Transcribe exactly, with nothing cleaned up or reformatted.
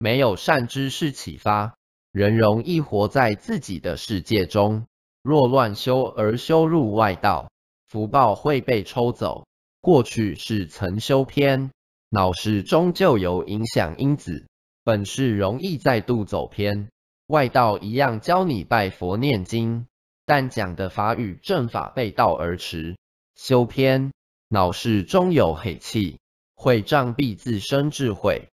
没有善知识启发，人容易活在自己的世界中。若乱修而修入外道，福报会被抽走。过去是曾修偏，脑室中就有影响因子，本是容易再度走偏。外道一样教你拜佛念经，但讲的法语正法背道而驰，修偏，脑室中有黑气，会障蔽自身智慧。